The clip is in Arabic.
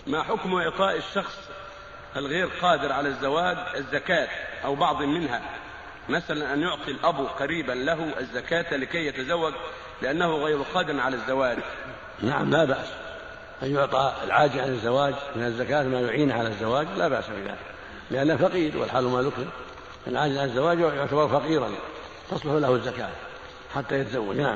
ما حكم إعطاء الشخص الغير قادر على الزواج الزكاة أو بعض منها، مثلا أن يعطي الأب قريبا له الزكاة لكي يتزوج لأنه غير قادر على الزواج؟ نعم، لا بأس أن يعطى العاجز عن الزواج من الزكاة ما يعين على الزواج، لا بأس بذلك، لأنه فقير والحال مالك. العاجز عن الزواج يعتبر فقيرا تصلح له الزكاة حتى يتزوج. نعم.